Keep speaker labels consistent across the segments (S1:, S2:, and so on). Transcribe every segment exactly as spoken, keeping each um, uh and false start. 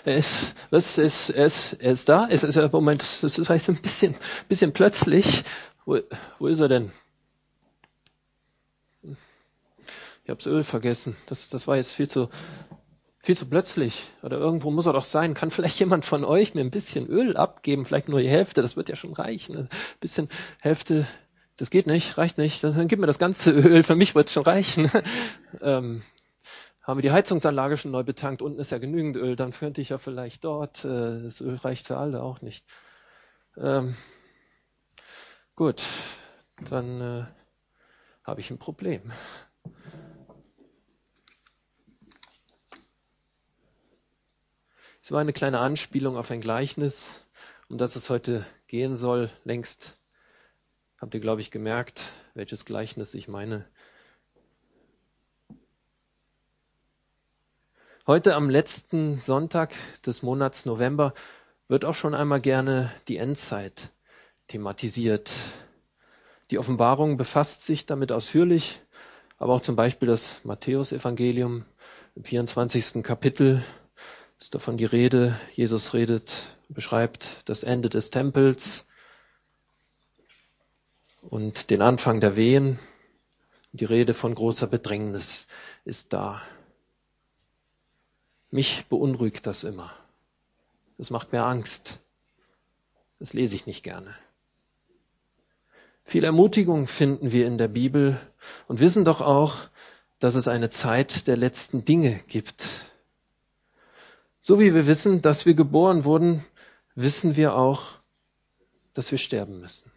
S1: Er ist, was ist, er ist, er ist da? Es ist, Moment, das ist vielleicht ein bisschen, bisschen plötzlich. Wo, wo ist er denn? Ich habe das Öl vergessen. Das, das war jetzt viel zu, viel zu plötzlich. Oder irgendwo muss er doch sein. Kann vielleicht jemand von euch mir ein bisschen Öl abgeben? Vielleicht nur die Hälfte, das wird ja schon reichen. Ein bisschen Hälfte, das geht nicht, reicht nicht. Dann gib mir das ganze Öl, für mich wird es schon reichen. ähm, haben wir die Heizungsanlage schon neu betankt? Unten ist ja genügend Öl, dann könnte ich ja vielleicht dort. Äh, das Öl reicht für alle auch nicht. Ähm, gut, dann äh, habe ich ein Problem. Es war eine kleine Anspielung auf ein Gleichnis, um das es heute gehen soll. Längst habt ihr, glaube ich, gemerkt, welches Gleichnis ich meine. Heute am letzten Sonntag des Monats November wird auch schon einmal gerne die Endzeit thematisiert. Die Offenbarung befasst sich damit ausführlich, aber auch zum Beispiel das Matthäusevangelium im vierundzwanzigsten Kapitel ist davon die Rede. Jesus redet, beschreibt das Ende des Tempels und den Anfang der Wehen. Die Rede von großer Bedrängnis ist da. Mich beunruhigt das immer. Das macht mir Angst. Das lese ich nicht gerne. Viel Ermutigung finden wir in der Bibel und wissen doch auch, dass es eine Zeit der letzten Dinge gibt. So wie wir wissen, dass wir geboren wurden, wissen wir auch, dass wir sterben müssen.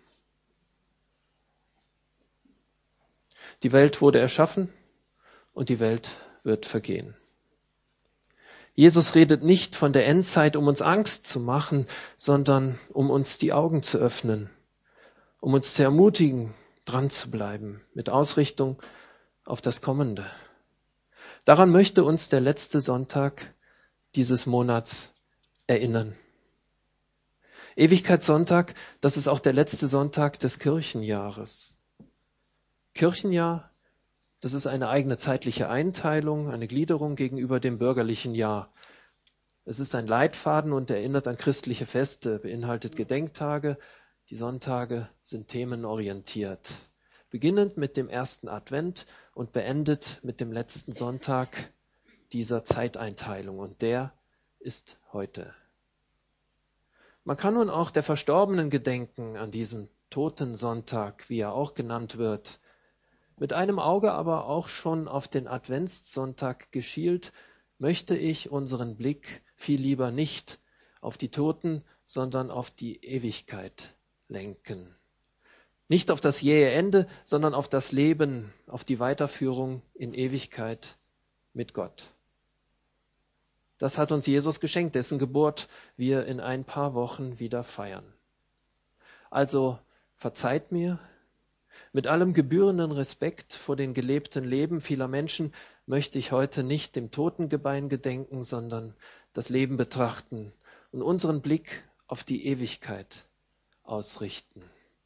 S1: Die Welt wurde erschaffen und die Welt wird vergehen. Jesus redet nicht von der Endzeit, um uns Angst zu machen, sondern um uns die Augen zu öffnen, um uns zu ermutigen, dran zu bleiben, mit Ausrichtung auf das Kommende. Daran möchte uns der letzte Sonntag dieses Monats erinnern. Ewigkeitssonntag, das ist auch der letzte Sonntag des Kirchenjahres. Kirchenjahr, das ist eine eigene zeitliche Einteilung, eine Gliederung gegenüber dem bürgerlichen Jahr. Es ist ein Leitfaden und erinnert an christliche Feste, beinhaltet Gedenktage. Die Sonntage sind themenorientiert. Beginnend mit dem ersten Advent und beendet mit dem letzten Sonntag dieser Zeiteinteilung. Und der ist heute. Man kann nun auch der Verstorbenen gedenken an diesem Totensonntag, wie er auch genannt wird. Mit einem Auge aber auch schon auf den Adventssonntag geschielt, möchte ich unseren Blick viel lieber nicht auf die Toten, sondern auf die Ewigkeit lenken. Nicht auf das jähe Ende, sondern auf das Leben, auf die Weiterführung in Ewigkeit mit Gott. Das hat uns Jesus geschenkt, dessen Geburt wir in ein paar Wochen wieder feiern. Also verzeiht mir, mit allem gebührenden Respekt vor den gelebten Leben vieler Menschen möchte ich heute nicht dem Totengebein gedenken, sondern das Leben betrachten und unseren Blick auf die Ewigkeit ausrichten.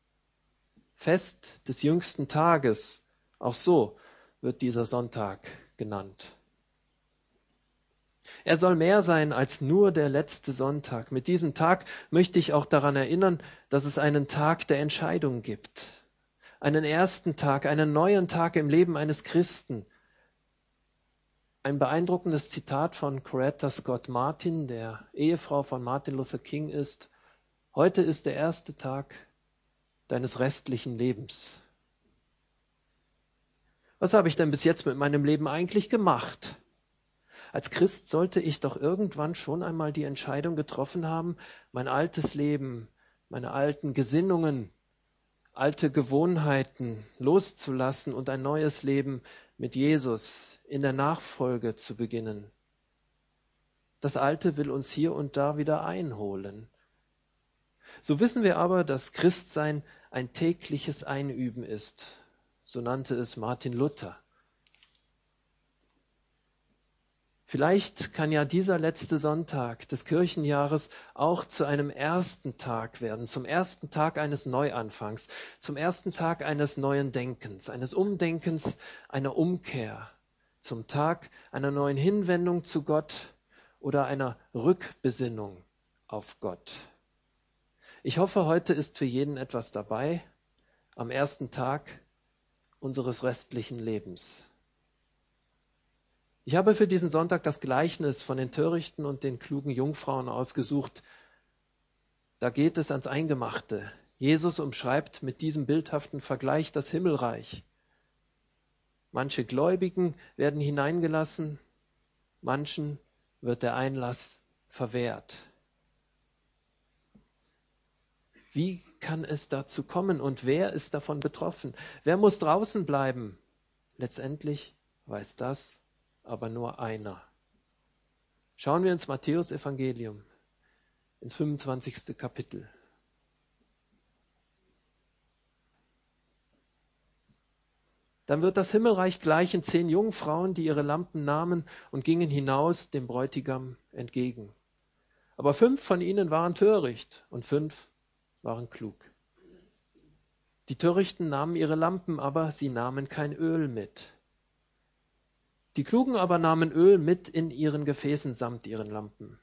S1: Fest des jüngsten Tages, auch so wird dieser Sonntag genannt. Er soll mehr sein als nur der letzte Sonntag. Mit diesem Tag möchte ich auch daran erinnern, dass es einen Tag der Entscheidung gibt. Einen ersten Tag, einen neuen Tag im Leben eines Christen. Ein beeindruckendes Zitat von Coretta Scott Martin, der Ehefrau von Martin Luther King, ist: Heute ist der erste Tag deines restlichen Lebens. Was habe ich denn bis jetzt mit meinem Leben eigentlich gemacht? Als Christ sollte ich doch irgendwann schon einmal die Entscheidung getroffen haben, mein altes Leben, meine alten Gesinnungen, alte Gewohnheiten loszulassen und ein neues Leben mit Jesus in der Nachfolge zu beginnen. Das Alte will uns hier und da wieder einholen. So wissen wir aber, dass Christsein ein tägliches Einüben ist. So nannte es Martin Luther. Vielleicht kann ja dieser letzte Sonntag des Kirchenjahres auch zu einem ersten Tag werden, zum ersten Tag eines Neuanfangs, zum ersten Tag eines neuen Denkens, eines Umdenkens, einer Umkehr, zum Tag einer neuen Hinwendung zu Gott oder einer Rückbesinnung auf Gott. Ich hoffe, heute ist für jeden etwas dabei am ersten Tag unseres restlichen Lebens. Ich habe für diesen Sonntag das Gleichnis von den törichten und den klugen Jungfrauen ausgesucht. Da geht es ans Eingemachte. Jesus umschreibt mit diesem bildhaften Vergleich das Himmelreich. Manche Gläubigen werden hineingelassen, manchen wird der Einlass verwehrt. Wie kann es dazu kommen und wer ist davon betroffen? Wer muss draußen bleiben? Letztendlich weiß das aber nur einer. Schauen wir ins Matthäus-Evangelium, ins fünfundzwanzigste Kapitel. Dann wird das Himmelreich gleichen zehn Jungfrauen, die ihre Lampen nahmen und gingen hinaus dem Bräutigam entgegen. Aber fünf von ihnen waren töricht und fünf waren klug. Die Törichten nahmen ihre Lampen, aber sie nahmen kein Öl mit. Die Klugen aber nahmen Öl mit in ihren Gefäßen samt ihren Lampen.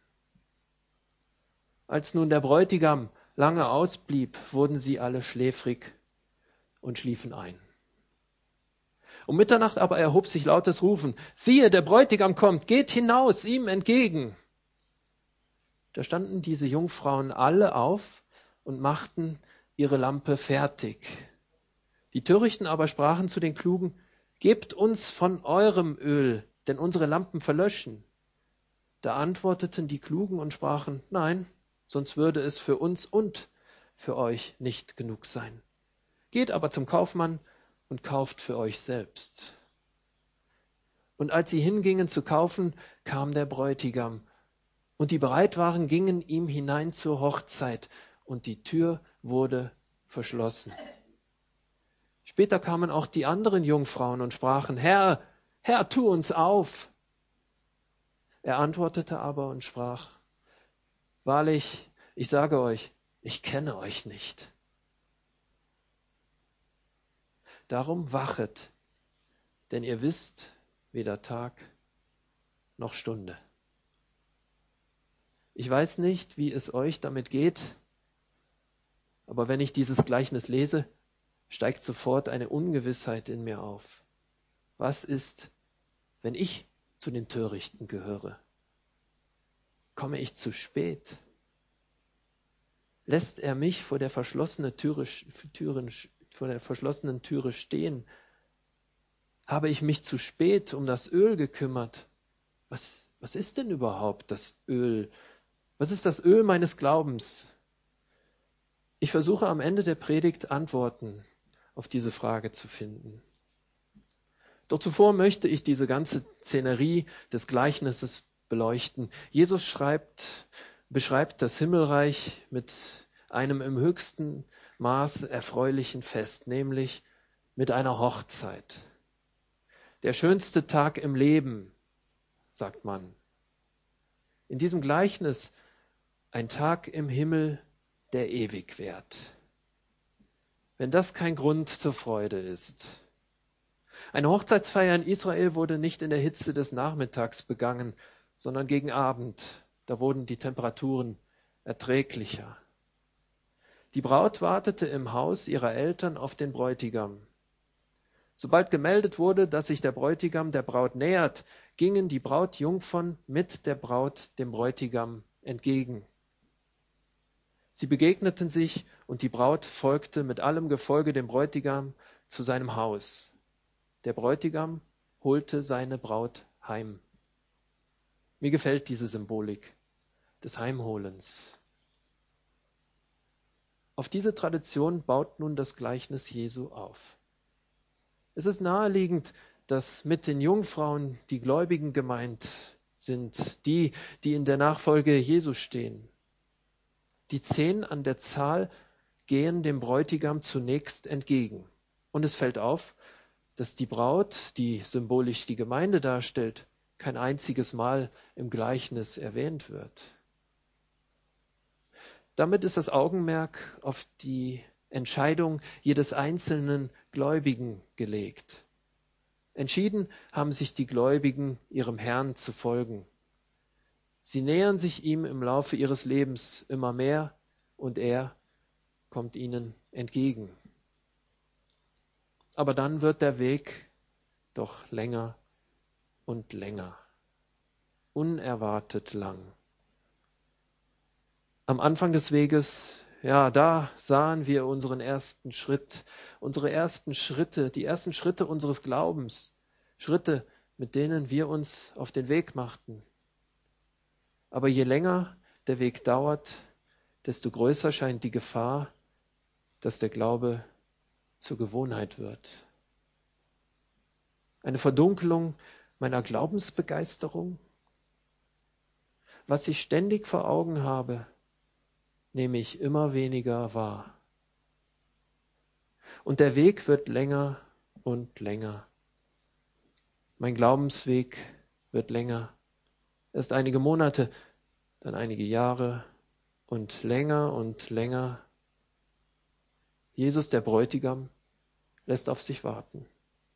S1: Als nun der Bräutigam lange ausblieb, wurden sie alle schläfrig und schliefen ein. Um Mitternacht aber erhob sich lautes Rufen: Siehe, der Bräutigam kommt, geht hinaus ihm entgegen. Da standen diese Jungfrauen alle auf und machten ihre Lampe fertig. Die Törichten aber sprachen zu den Klugen: Gebt uns von eurem Öl, denn unsere Lampen verlöschen. Da antworteten die Klugen und sprachen: Nein, sonst würde es für uns und für euch nicht genug sein. Geht aber zum Kaufmann und kauft für euch selbst. Und als sie hingingen zu kaufen, kam der Bräutigam, und die bereit waren, gingen ihm hinein zur Hochzeit, und die Tür wurde verschlossen. Später kamen auch die anderen Jungfrauen und sprachen: Herr, Herr, tu uns auf. Er antwortete aber und sprach: Wahrlich, ich sage euch, ich kenne euch nicht. Darum wachet, denn ihr wisst weder Tag noch Stunde. Ich weiß nicht, wie es euch damit geht, aber wenn ich dieses Gleichnis lese, steigt sofort eine Ungewissheit in mir auf. Was ist, wenn ich zu den Törichten gehöre? Komme ich zu spät? Lässt er mich vor der verschlossenen Türe, Türen, vor der verschlossenen Türe stehen? Habe ich mich zu spät um das Öl gekümmert? Was, was ist denn überhaupt das Öl? Was ist das Öl meines Glaubens? Ich versuche am Ende der Predigt Antworten auf diese Frage zu finden. Doch zuvor möchte ich diese ganze Szenerie des Gleichnisses beleuchten. Jesus schreibt, beschreibt das Himmelreich mit einem im höchsten Maß erfreulichen Fest, nämlich mit einer Hochzeit. Der schönste Tag im Leben, sagt man. In diesem Gleichnis ein Tag im Himmel, der ewig währt. Wenn das kein Grund zur Freude ist. Eine Hochzeitsfeier in Israel wurde nicht in der Hitze des Nachmittags begangen, sondern gegen Abend. Da wurden die Temperaturen erträglicher. Die Braut wartete im Haus ihrer Eltern auf den Bräutigam. Sobald gemeldet wurde, dass sich der Bräutigam der Braut nähert, gingen die Brautjungfern mit der Braut dem Bräutigam entgegen. Sie begegneten sich und die Braut folgte mit allem Gefolge dem Bräutigam zu seinem Haus. Der Bräutigam holte seine Braut heim. Mir gefällt diese Symbolik des Heimholens. Auf diese Tradition baut nun das Gleichnis Jesu auf. Es ist naheliegend, dass mit den Jungfrauen die Gläubigen gemeint sind, die, die in der Nachfolge Jesu stehen. Die zehn an der Zahl gehen dem Bräutigam zunächst entgegen. Und es fällt auf, dass die Braut, die symbolisch die Gemeinde darstellt, kein einziges Mal im Gleichnis erwähnt wird. Damit ist das Augenmerk auf die Entscheidung jedes einzelnen Gläubigen gelegt. Entschieden haben sich die Gläubigen, ihrem Herrn zu folgen. Sie nähern sich ihm im Laufe ihres Lebens immer mehr und er kommt ihnen entgegen. Aber dann wird der Weg doch länger und länger, unerwartet lang. Am Anfang des Weges, ja, da sahen wir unseren ersten Schritt, unsere ersten Schritte, die ersten Schritte unseres Glaubens, Schritte, mit denen wir uns auf den Weg machten. Aber je länger der Weg dauert, desto größer scheint die Gefahr, dass der Glaube zur Gewohnheit wird. Eine Verdunkelung meiner Glaubensbegeisterung. Was ich ständig vor Augen habe, nehme ich immer weniger wahr. Und der Weg wird länger und länger. Mein Glaubensweg wird länger. Erst einige Monate, dann einige Jahre und länger und länger. Jesus, der Bräutigam, lässt auf sich warten.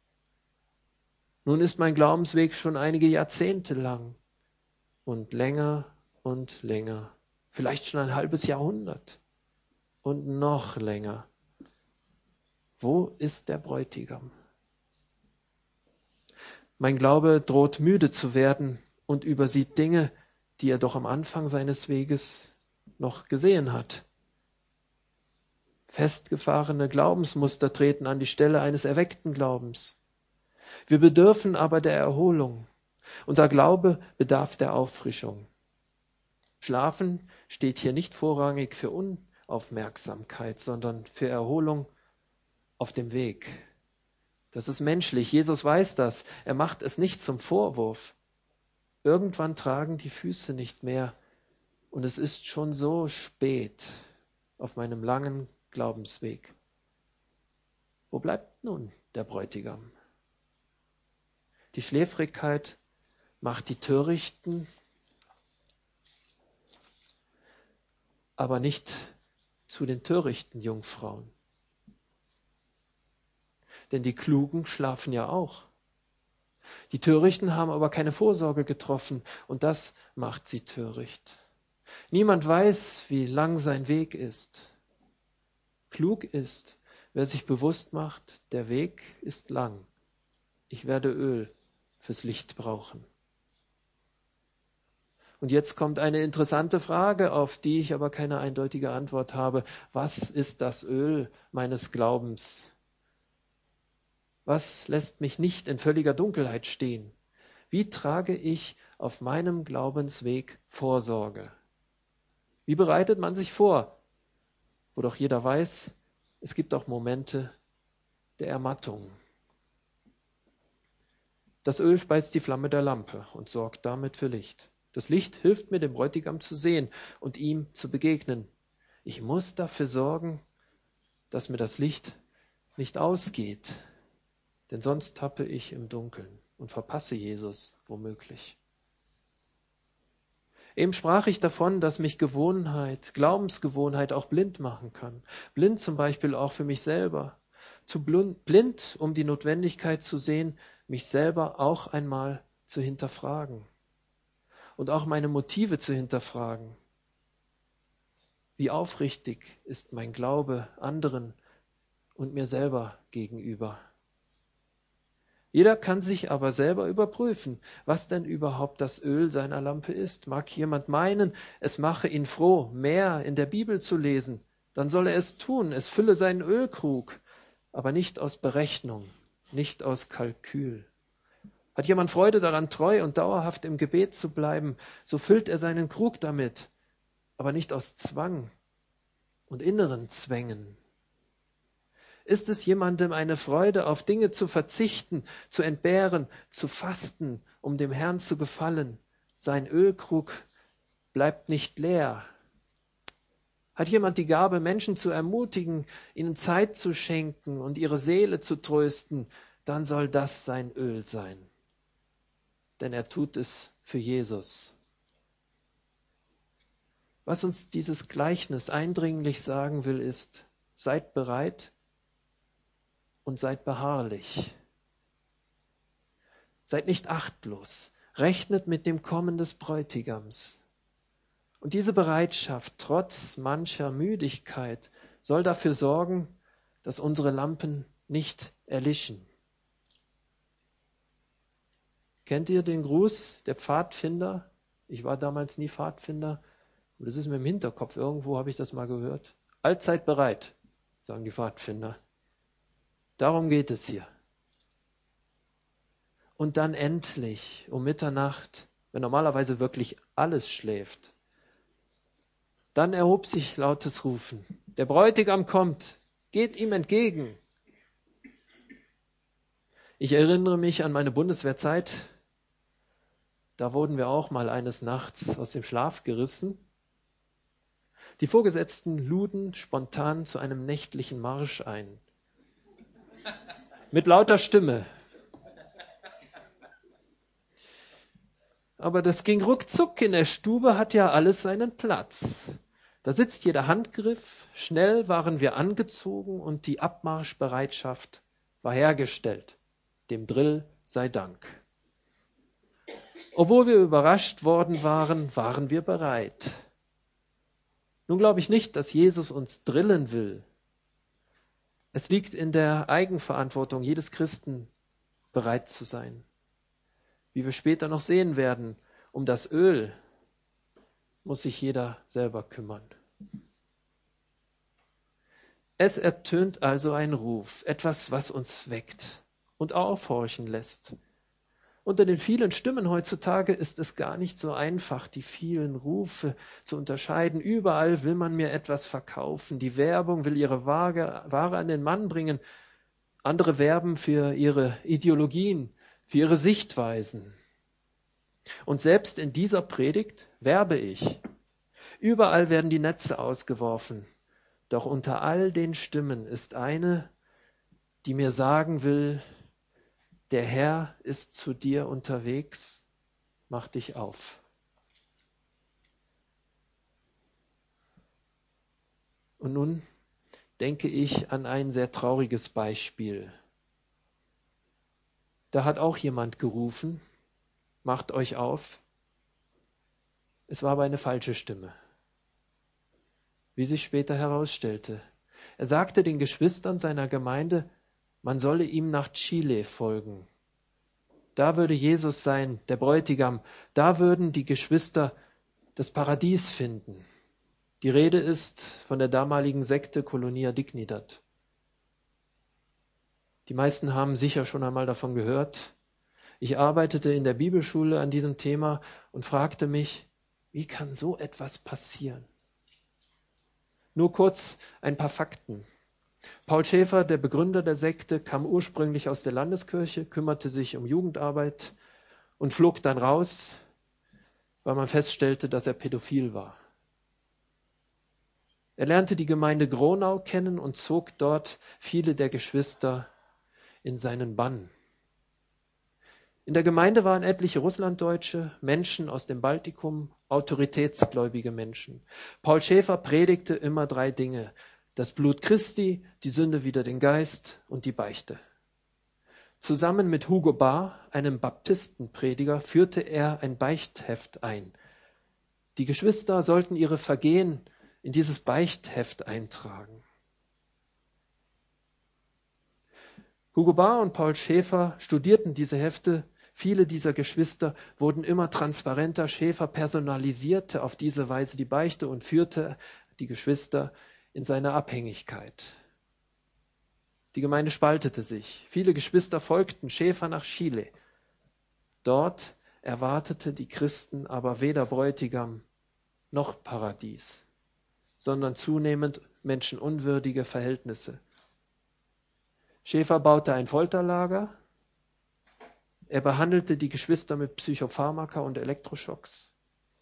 S1: Nun ist mein Glaubensweg schon einige Jahrzehnte lang und länger und länger. Vielleicht schon ein halbes Jahrhundert und noch länger. Wo ist der Bräutigam? Mein Glaube droht müde zu werden und übersieht Dinge, die er doch am Anfang seines Weges noch gesehen hat. Festgefahrene Glaubensmuster treten an die Stelle eines erweckten Glaubens. Wir bedürfen aber der Erholung. Unser Glaube bedarf der Auffrischung. Schlafen steht hier nicht vorrangig für Unaufmerksamkeit, sondern für Erholung auf dem Weg. Das ist menschlich. Jesus weiß das. Er macht es nicht zum Vorwurf. Irgendwann tragen die Füße nicht mehr und es ist schon so spät auf meinem langen Glaubensweg. Wo bleibt nun der Bräutigam? Die Schläfrigkeit macht die Törichten, aber nicht zu den törichten Jungfrauen. Denn die Klugen schlafen ja auch. Die Törichten haben aber keine Vorsorge getroffen und das macht sie töricht. Niemand weiß, wie lang sein Weg ist. Klug ist, wer sich bewusst macht, der Weg ist lang. Ich werde Öl fürs Licht brauchen. Und jetzt kommt eine interessante Frage, auf die ich aber keine eindeutige Antwort habe. Was ist das Öl meines Glaubens? Was lässt mich nicht in völliger Dunkelheit stehen? Wie trage ich auf meinem Glaubensweg Vorsorge? Wie bereitet man sich vor? Wo doch jeder weiß, es gibt auch Momente der Ermattung. Das Öl speist die Flamme der Lampe und sorgt damit für Licht. Das Licht hilft mir, den Bräutigam zu sehen und ihm zu begegnen. Ich muss dafür sorgen, dass mir das Licht nicht ausgeht, denn sonst tappe ich im Dunkeln und verpasse Jesus womöglich. Eben sprach ich davon, dass mich Gewohnheit, Glaubensgewohnheit auch blind machen kann. Blind zum Beispiel auch für mich selber. Zu blind, um die Notwendigkeit zu sehen, mich selber auch einmal zu hinterfragen. Und auch meine Motive zu hinterfragen. Wie aufrichtig ist mein Glaube anderen und mir selber gegenüber? Jeder kann sich aber selber überprüfen, was denn überhaupt das Öl seiner Lampe ist. Mag jemand meinen, es mache ihn froh, mehr in der Bibel zu lesen, dann soll er es tun, es fülle seinen Ölkrug, aber nicht aus Berechnung, nicht aus Kalkül. Hat jemand Freude daran, treu und dauerhaft im Gebet zu bleiben, so füllt er seinen Krug damit, aber nicht aus Zwang und inneren Zwängen. Ist es jemandem eine Freude, auf Dinge zu verzichten, zu entbehren, zu fasten, um dem Herrn zu gefallen? Sein Ölkrug bleibt nicht leer. Hat jemand die Gabe, Menschen zu ermutigen, ihnen Zeit zu schenken und ihre Seele zu trösten, dann soll das sein Öl sein. Denn er tut es für Jesus. Was uns dieses Gleichnis eindringlich sagen will, ist, seid bereit und seid beharrlich. Seid nicht achtlos, rechnet mit dem Kommen des Bräutigams. Und diese Bereitschaft, trotz mancher Müdigkeit, soll dafür sorgen, dass unsere Lampen nicht erlischen. Kennt ihr den Gruß der Pfadfinder? Ich war damals nie Pfadfinder, aber das ist mir im Hinterkopf. Irgendwo habe ich das mal gehört. Allzeit bereit, sagen die Pfadfinder. Darum geht es hier. Und dann endlich um Mitternacht, wenn normalerweise wirklich alles schläft, dann erhob sich lautes Rufen. Der Bräutigam kommt, geht ihm entgegen. Ich erinnere mich an meine Bundeswehrzeit. Da wurden wir auch mal eines Nachts aus dem Schlaf gerissen. Die Vorgesetzten luden spontan zu einem nächtlichen Marsch ein. Mit lauter Stimme. Aber das ging ruckzuck. In der Stube hat ja alles seinen Platz. Da sitzt jeder Handgriff. Schnell waren wir angezogen und die Abmarschbereitschaft war hergestellt. Dem Drill sei Dank. Obwohl wir überrascht worden waren, waren wir bereit. Nun glaube ich nicht, dass Jesus uns drillen will. Es liegt in der Eigenverantwortung jedes Christen, bereit zu sein. Wie wir später noch sehen werden, um das Öl muss sich jeder selber kümmern. Es ertönt also ein Ruf, etwas, was uns weckt und aufhorchen lässt. Unter den vielen Stimmen heutzutage ist es gar nicht so einfach, die vielen Rufe zu unterscheiden. Überall will man mir etwas verkaufen. Die Werbung will ihre Ware, Ware an den Mann bringen. Andere werben für ihre Ideologien, für ihre Sichtweisen. Und selbst in dieser Predigt werbe ich. Überall werden die Netze ausgeworfen. Doch unter all den Stimmen ist eine, die mir sagen will, der Herr ist zu dir unterwegs, mach dich auf. Und nun denke ich an ein sehr trauriges Beispiel. Da hat auch jemand gerufen, macht euch auf. Es war aber eine falsche Stimme, wie sich später herausstellte. Er sagte den Geschwistern seiner Gemeinde, man solle ihm nach Chile folgen. Da würde Jesus sein, der Bräutigam. Da würden die Geschwister das Paradies finden. Die Rede ist von der damaligen Sekte Colonia Dignidad. Die meisten haben sicher schon einmal davon gehört. Ich arbeitete in der Bibelschule an diesem Thema und fragte mich, wie kann so etwas passieren? Nur kurz ein paar Fakten. Paul Schäfer, der Begründer der Sekte, kam ursprünglich aus der Landeskirche, kümmerte sich um Jugendarbeit und flog dann raus, weil man feststellte, dass er pädophil war. Er lernte die Gemeinde Gronau kennen und zog dort viele der Geschwister in seinen Bann. In der Gemeinde waren etliche Russlanddeutsche, Menschen aus dem Baltikum, autoritätsgläubige Menschen. Paul Schäfer predigte immer drei Dinge: Das Blut Christi, die Sünde wider den Geist und die Beichte. Zusammen mit Hugo Barr, einem Baptistenprediger, führte er ein Beichtheft ein. Die Geschwister sollten ihre Vergehen in dieses Beichtheft eintragen. Hugo Barr und Paul Schäfer studierten diese Hefte. Viele dieser Geschwister wurden immer transparenter. Schäfer personalisierte auf diese Weise die Beichte und führte die Geschwister in seine Abhängigkeit. Die Gemeinde spaltete sich. Viele Geschwister folgten Schäfer nach Chile. Dort erwartete die Christen aber weder Bräutigam noch Paradies, sondern zunehmend menschenunwürdige Verhältnisse. Schäfer baute ein Folterlager. Er behandelte die Geschwister mit Psychopharmaka und Elektroschocks.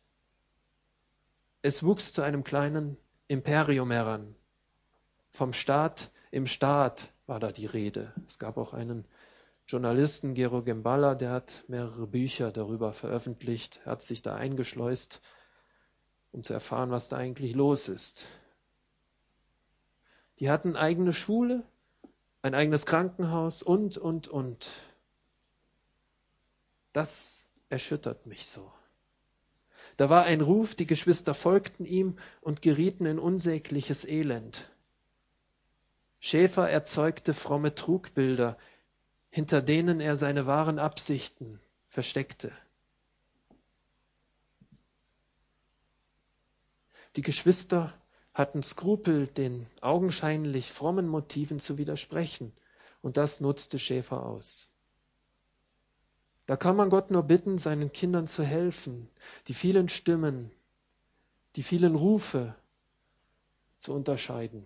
S1: Es wuchs zu einem kleinen Imperium heran. Vom Staat im Staat war da die Rede. Es gab auch einen Journalisten, Gero Gemballa, der hat mehrere Bücher darüber veröffentlicht. Er hat sich da eingeschleust, um zu erfahren, was da eigentlich los ist. Die hatten eigene Schule, ein eigenes Krankenhaus und, und, und. Das erschüttert mich so. Da war ein Ruf, die Geschwister folgten ihm und gerieten in unsägliches Elend. Schäfer erzeugte fromme Trugbilder, hinter denen er seine wahren Absichten versteckte. Die Geschwister hatten Skrupel, den augenscheinlich frommen Motiven zu widersprechen, und das nutzte Schäfer aus. Da kann man Gott nur bitten, seinen Kindern zu helfen, die vielen Stimmen, die vielen Rufe zu unterscheiden.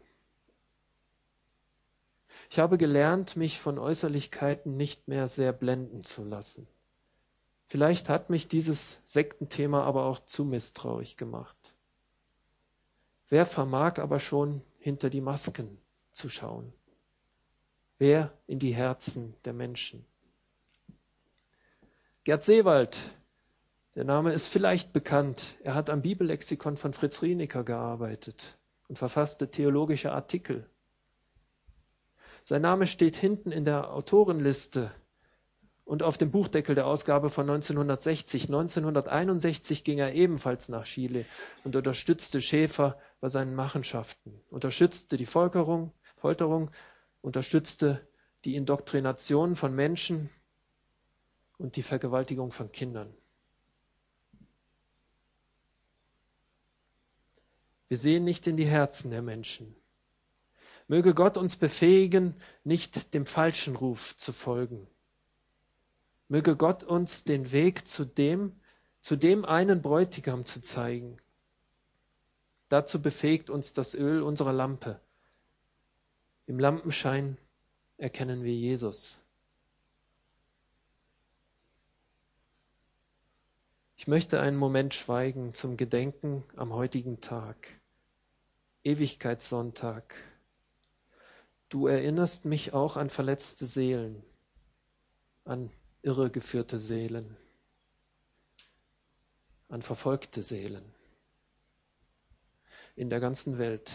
S1: Ich habe gelernt, mich von Äußerlichkeiten nicht mehr sehr blenden zu lassen. Vielleicht hat mich dieses Sektenthema aber auch zu misstrauisch gemacht. Wer vermag aber schon hinter die Masken zu schauen? Wer in die Herzen der Menschen? Gerd Seewald, der Name ist vielleicht bekannt. Er hat am Bibellexikon von Fritz Rieniker gearbeitet und verfasste theologische Artikel. Sein Name steht hinten in der Autorenliste und auf dem Buchdeckel der Ausgabe von neunzehnhundertsechzig. neunzehnhunderteinundsechzig ging er ebenfalls nach Chile und unterstützte Schäfer bei seinen Machenschaften, unterstützte die Folterung, Folterung, unterstützte die Indoktrination von Menschen und die Vergewaltigung von Kindern. Wir sehen nicht in die Herzen der Menschen. Möge Gott uns befähigen, nicht dem falschen Ruf zu folgen. Möge Gott uns den Weg zu dem, zu dem einen Bräutigam zu zeigen. Dazu befähigt uns das Öl unserer Lampe. Im Lampenschein erkennen wir Jesus. Ich möchte einen Moment schweigen zum Gedenken am heutigen Tag, Ewigkeitssonntag. Du erinnerst mich auch an verletzte Seelen, an irregeführte Seelen, an verfolgte Seelen in der ganzen Welt.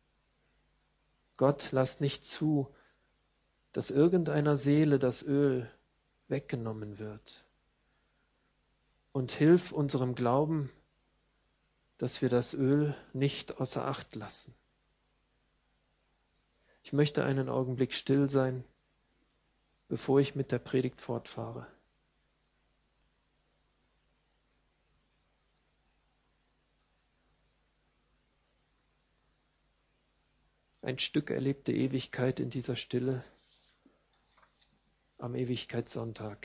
S1: Gott, lass nicht zu, dass irgendeiner Seele das Öl weggenommen wird. Und hilf unserem Glauben, dass wir das Öl nicht außer Acht lassen. Ich möchte einen Augenblick still sein, bevor ich mit der Predigt fortfahre. Ein Stück erlebte Ewigkeit in dieser Stille am Ewigkeitssonntag.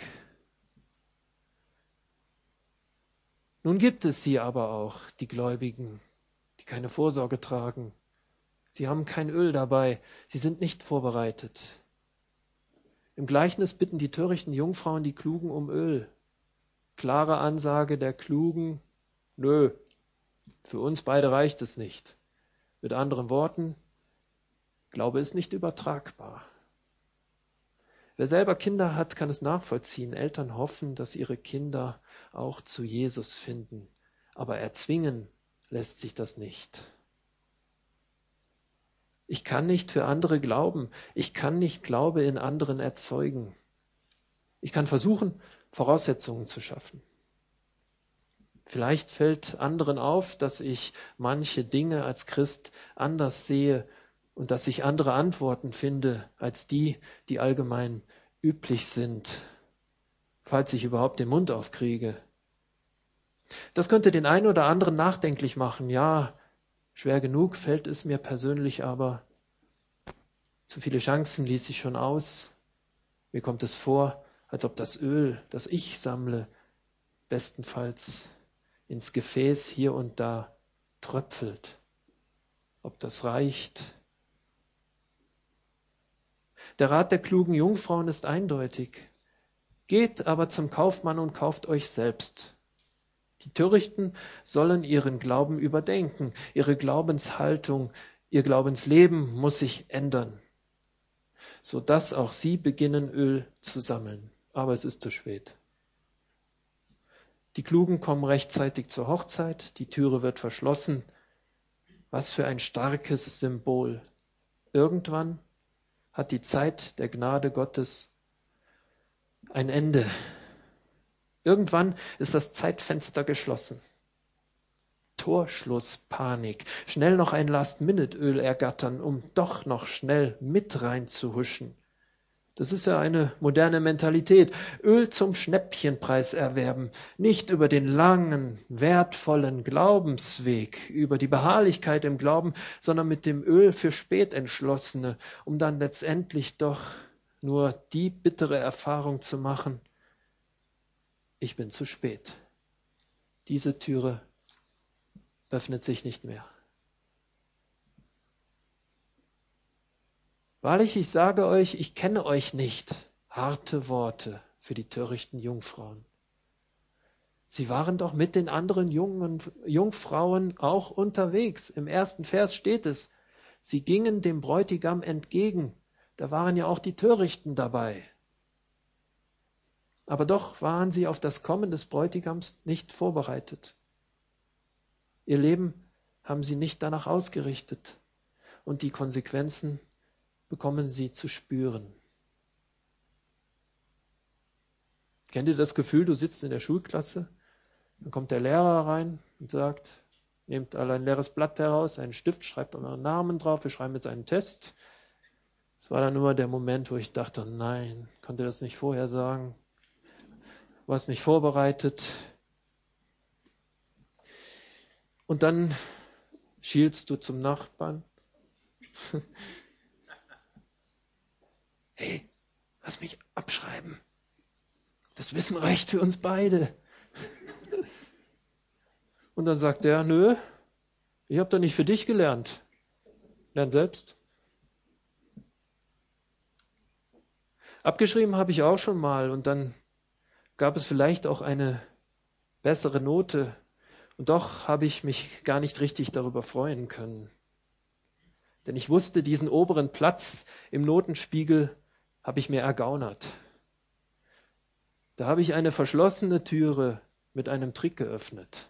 S1: Nun gibt es sie aber auch, die Gläubigen, die keine Vorsorge tragen. Sie haben kein Öl dabei, sie sind nicht vorbereitet. Im Gleichnis bitten die törichten Jungfrauen die Klugen um Öl. Klare Ansage der Klugen: Nö, für uns beide reicht es nicht. Mit anderen Worten, Glaube ist nicht übertragbar. Wer selber Kinder hat, kann es nachvollziehen. Eltern hoffen, dass ihre Kinder auch zu Jesus finden. Aber erzwingen lässt sich das nicht. Ich kann nicht für andere glauben. Ich kann nicht Glaube in anderen erzeugen. Ich kann versuchen, Voraussetzungen zu schaffen. Vielleicht fällt anderen auf, dass ich manche Dinge als Christ anders sehe und dass ich andere Antworten finde als die, die allgemein üblich sind, falls ich überhaupt den Mund aufkriege. Das könnte den einen oder anderen nachdenklich machen. Ja, schwer genug fällt es mir persönlich aber. Zu viele Chancen ließ ich schon aus. Mir kommt es vor, als ob das Öl, das ich sammle, bestenfalls ins Gefäß hier und da tröpfelt. Ob das reicht? Der Rat der klugen Jungfrauen ist eindeutig. Geht aber zum Kaufmann und kauft euch selbst. Die Törichten sollen ihren Glauben überdenken, ihre Glaubenshaltung, ihr Glaubensleben muss sich ändern, sodass auch sie beginnen, Öl zu sammeln. Aber es ist zu spät. Die Klugen kommen rechtzeitig zur Hochzeit, die Türe wird verschlossen. Was für ein starkes Symbol. Irgendwann hat die Zeit der Gnade Gottes ein Ende. Irgendwann ist das Zeitfenster geschlossen. Torschlusspanik. Schnell noch ein Last-Minute-Öl ergattern, um doch noch schnell mit reinzuhuschen. Das ist ja eine moderne Mentalität. Öl zum Schnäppchenpreis erwerben, nicht über den langen, wertvollen Glaubensweg, über die Beharrlichkeit im Glauben, sondern mit dem Öl für Spätentschlossene, um dann letztendlich doch nur die bittere Erfahrung zu machen: Ich bin zu spät. Diese Türe öffnet sich nicht mehr. Wahrlich, ich sage euch, ich kenne euch nicht. Harte Worte für die törichten Jungfrauen. Sie waren doch mit den anderen jungen Jungfrauen auch unterwegs. Im ersten Vers steht es, sie gingen dem Bräutigam entgegen. Da waren ja auch die Törichten dabei. Aber doch waren sie auf das Kommen des Bräutigams nicht vorbereitet. Ihr Leben haben sie nicht danach ausgerichtet. Und die Konsequenzen bekommen sie zu spüren. Kennt ihr das Gefühl, du sitzt in der Schulklasse, dann kommt der Lehrer rein und sagt, nehmt alle ein leeres Blatt heraus, einen Stift, schreibt euren Namen drauf, wir schreiben jetzt einen Test. Das war dann immer der Moment, wo ich dachte, nein, konnte das nicht vorher sagen, warst nicht vorbereitet. Und dann schielst du zum Nachbarn. Hey, lass mich abschreiben. Das Wissen reicht für uns beide. Und dann sagt er, nö, ich habe doch nicht für dich gelernt. Lern selbst. Abgeschrieben habe ich auch schon mal und dann gab es vielleicht auch eine bessere Note. Und doch habe ich mich gar nicht richtig darüber freuen können. Denn ich wusste, diesen oberen Platz im Notenspiegel habe ich mir ergaunert. Da habe ich eine verschlossene Türe mit einem Trick geöffnet.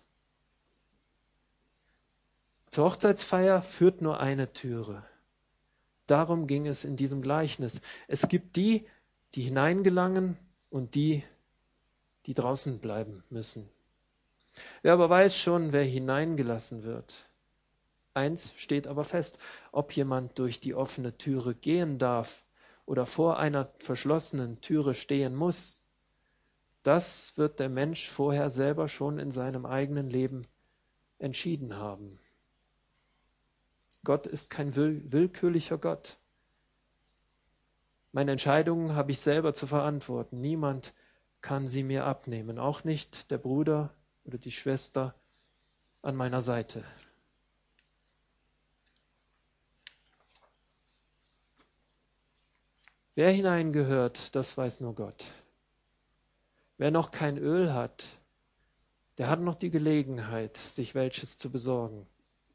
S1: Zur Hochzeitsfeier führt nur eine Türe. Darum ging es in diesem Gleichnis. Es gibt die, die hineingelangen und die, die draußen bleiben müssen. Wer aber weiß schon, wer hineingelassen wird. Eins steht aber fest, ob jemand durch die offene Türe gehen darf oder vor einer verschlossenen Türe stehen muss, das wird der Mensch vorher selber schon in seinem eigenen Leben entschieden haben. Gott ist kein will- willkürlicher Gott. Meine Entscheidungen habe ich selber zu verantworten. Niemand kann sie mir abnehmen, auch nicht der Bruder oder die Schwester an meiner Seite. Wer hineingehört, das weiß nur Gott. Wer noch kein Öl hat, der hat noch die Gelegenheit, sich welches zu besorgen.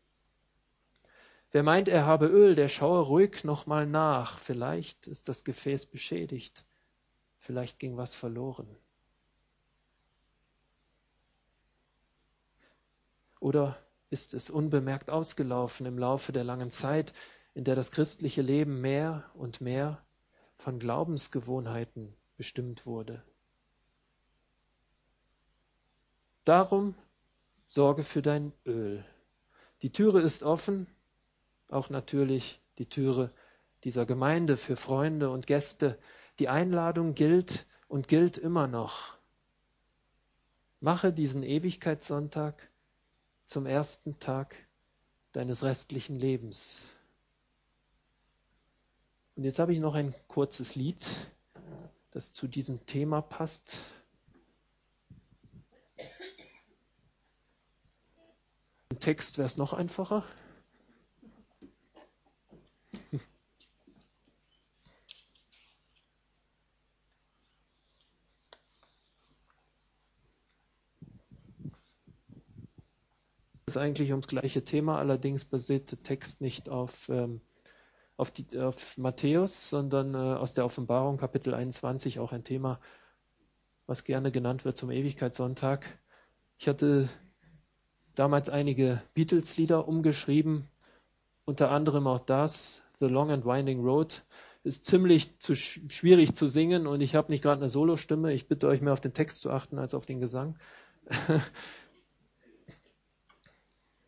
S1: Wer meint, er habe Öl, der schaue ruhig noch mal nach. Vielleicht ist das Gefäß beschädigt. Vielleicht ging was verloren. Oder ist es unbemerkt ausgelaufen im Laufe der langen Zeit, in der das christliche Leben mehr und mehr von Glaubensgewohnheiten bestimmt wurde? Darum sorge für dein Öl. Die Türe ist offen, auch natürlich die Türe dieser Gemeinde für Freunde und Gäste. Die Einladung gilt und gilt immer noch. Mache diesen Ewigkeitssonntag zum ersten Tag deines restlichen Lebens. Und jetzt habe ich noch ein kurzes Lied, das zu diesem Thema passt. Im Text wäre es noch einfacher. Es ist eigentlich ums gleiche Thema, allerdings basiert der Text nicht auf, ähm, auf, die, auf Matthäus, sondern äh, aus der Offenbarung, Kapitel einundzwanzig, auch ein Thema, was gerne genannt wird zum Ewigkeitssonntag. Ich hatte damals einige Beatles-Lieder umgeschrieben, unter anderem auch das, The Long and Winding Road, ist ziemlich zu sch- schwierig zu singen und ich habe nicht gerade eine Solostimme. Ich bitte euch mehr auf den Text zu achten als auf den Gesang.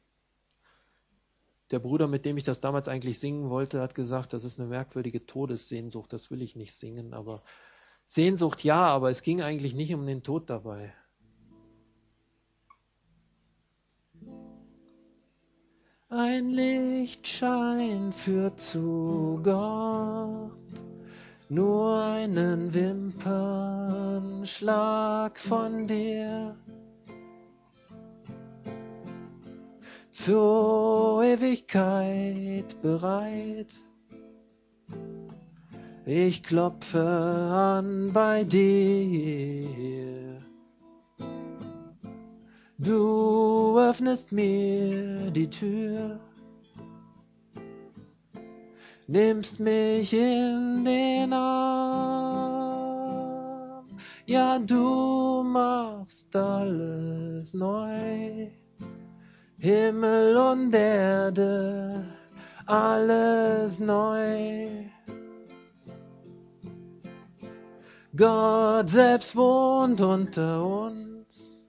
S1: Der Bruder, mit dem ich das damals eigentlich singen wollte, hat gesagt, das ist eine merkwürdige Todessehnsucht, das will ich nicht singen. Aber Sehnsucht ja, aber es ging eigentlich nicht um den Tod dabei. Ein Lichtschein führt zu Gott, nur einen Wimpernschlag von dir. Zur Ewigkeit bereit. Ich klopfe an bei dir. Du öffnest mir die Tür, nimmst mich in den Arm. Ja, du machst alles neu. Himmel und Erde, alles neu. Gott selbst wohnt unter uns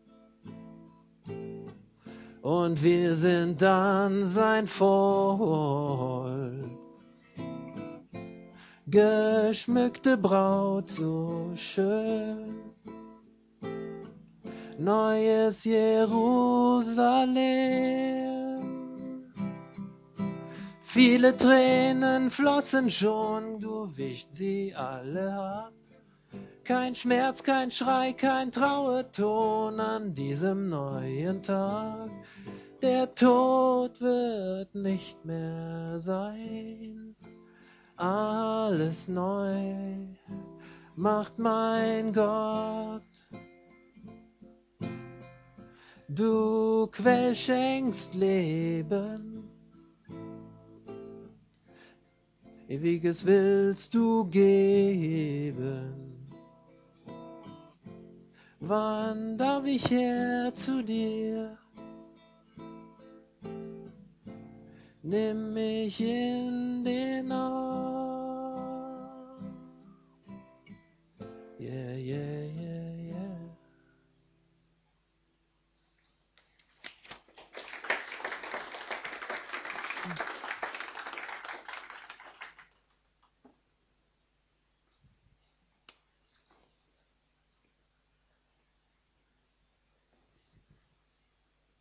S1: und wir sind dann sein Volk. Geschmückte Braut so schön, neues Jerusalem. Viele Tränen flossen schon, du wischt sie alle ab. Kein Schmerz, kein Schrei, kein Trauerton an diesem neuen Tag. Der Tod wird nicht mehr sein. Alles neu macht mein Gott. Du Quell schenkst Leben, ewiges willst du geben. Wann darf ich her zu dir? Nimm mich in den Arm.